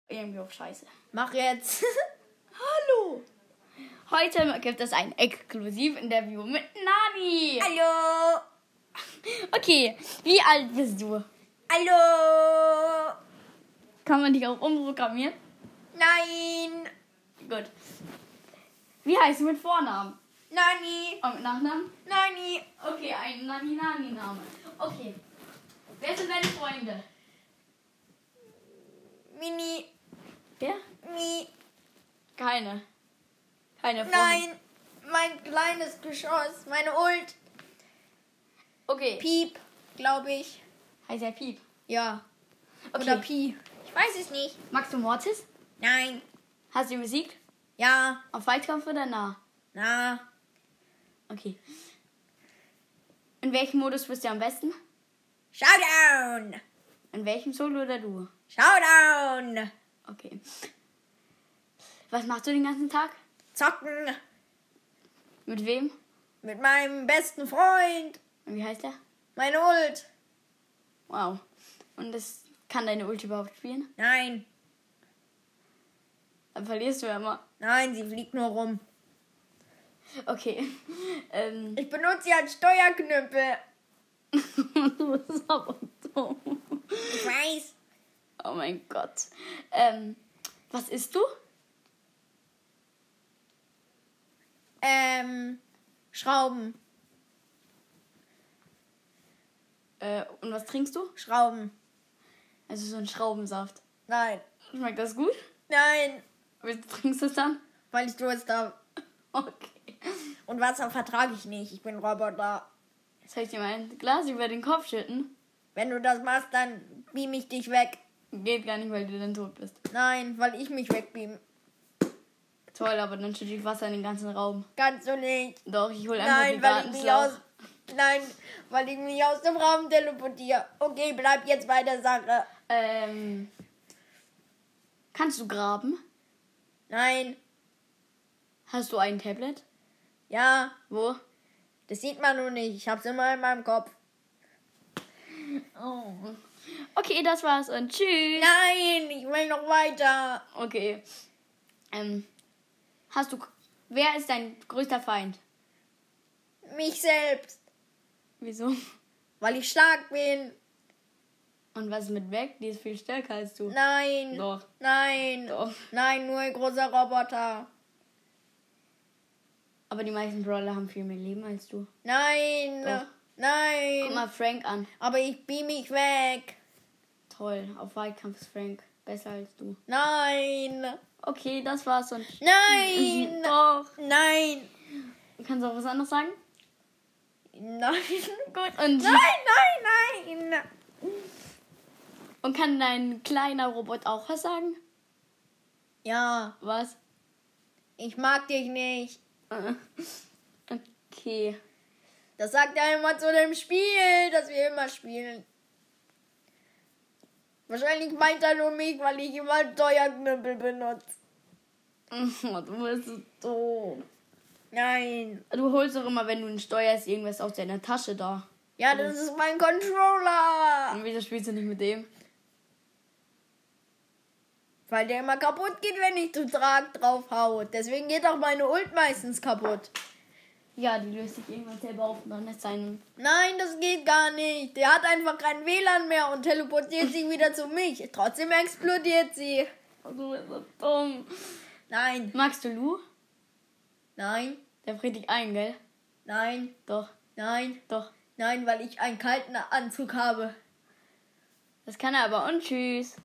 Irgendwie auch scheiße. Mach jetzt. Hallo! Heute gibt es ein Exklusiv-Interview mit Nani. Hallo. Okay, wie alt bist du? Hallo. Kann man dich auch umprogrammieren? Nein. Gut. Wie heißt du mit Vornamen? Nani. Und mit Nachnamen? Nani. Okay, ein Nani-Nani-Name. Okay. Wer sind deine Freunde? Mini. Wer? Mi. Keine Freunde. Nein. Mein kleines Geschoss. Meine Ult. Okay. Piep, glaube ich. Heißt er Piep? Ja. Okay. Oder Pi. Ich weiß es nicht. Magst du Mortis? Nein. Hast du ihn besiegt? Ja. Auf Weitkampf oder nah? Na. Okay. In welchem Modus bist du am besten? Showdown. In welchem Solo oder Duo? Showdown. Okay. Was machst du den ganzen Tag? Zocken. Mit wem? Mit meinem besten Freund. Und wie heißt er? Meine Ult. Wow. Und das kann deine Ulti überhaupt spielen? Nein. Dann verlierst du ja immer. Nein, sie fliegt nur rum. Okay. Ich benutze sie als Steuerknüppel. Du bist aber dumm. Ich weiß. Oh mein Gott. Was isst du? Schrauben. Und was trinkst du? Schrauben. Also so ein Schraubensaft. Nein. Schmeckt das gut? Nein. Wie trinkst du es dann? Weil ich Durst habe. Okay. Und Wasser vertrage ich nicht. Ich bin Roboter. Soll ich dir mal ein Glas über den Kopf schütten? Wenn du das machst, dann beam ich dich weg. Geht gar nicht, weil du dann tot bist. Nein, weil ich mich wegbeam. Toll, aber dann schütte ich Wasser in den ganzen Raum. Kannst du nicht. Doch, ich hole einfach Nein, die weil ich mich Gartenschlauch. weil ich mich aus dem Raum teleportiere. Okay, bleib jetzt bei der Sache. Kannst du graben? Nein. Hast du ein Tablet? Ja, Wo? das sieht man nur nicht. Ich hab's immer in meinem Kopf. Oh. Okay, das war's und tschüss. Nein, ich will noch weiter. Okay. Wer ist dein größter Feind? Mich selbst. Wieso? Weil ich stark bin. Und was ist mit Weg? Die ist viel stärker als du. Nein. Doch. Nein. Doch. Nein, nur ein großer Roboter. Aber die meisten Brawler haben viel mehr Leben als du. Nein. Doch. Nein. Guck mal Frank an. Aber ich beam mich weg. Toll, auf Weitkampf ist Frank besser als du. Nein. Okay, das war's und... Nein. Doch. Nein. Kannst du auch was anderes sagen? Nein. Gut. Und, Nein. und kann dein kleiner Roboter auch was sagen? Ja, Was? ich mag dich nicht. Okay. Das sagt er immer zu dem Spiel, das wir immer spielen. Wahrscheinlich meint er nur mich, weil ich immer Steuerknüppel benutze. Du bist so doof. Nein. Du holst doch immer, wenn du ihn steuerst, irgendwas aus deiner Tasche da. Ja, das ist mein Controller. Und wieso spielst du nicht mit dem? Weil der immer kaputt geht, wenn ich zu drauf hau. Deswegen geht auch meine Ult meistens kaputt. Ja, die löst sich irgendwann selber auf und dann ist sein... Nein, das geht gar nicht. Der hat einfach kein WLAN mehr und teleportiert sich wieder zu mich. Trotzdem explodiert sie. Du bist so dumm. Nein. Magst du Lu? Nein. Der friert dich ein, gell? Nein. Doch, Nein. doch. Nein, weil ich einen kalten Anzug habe. Das kann er aber und tschüss.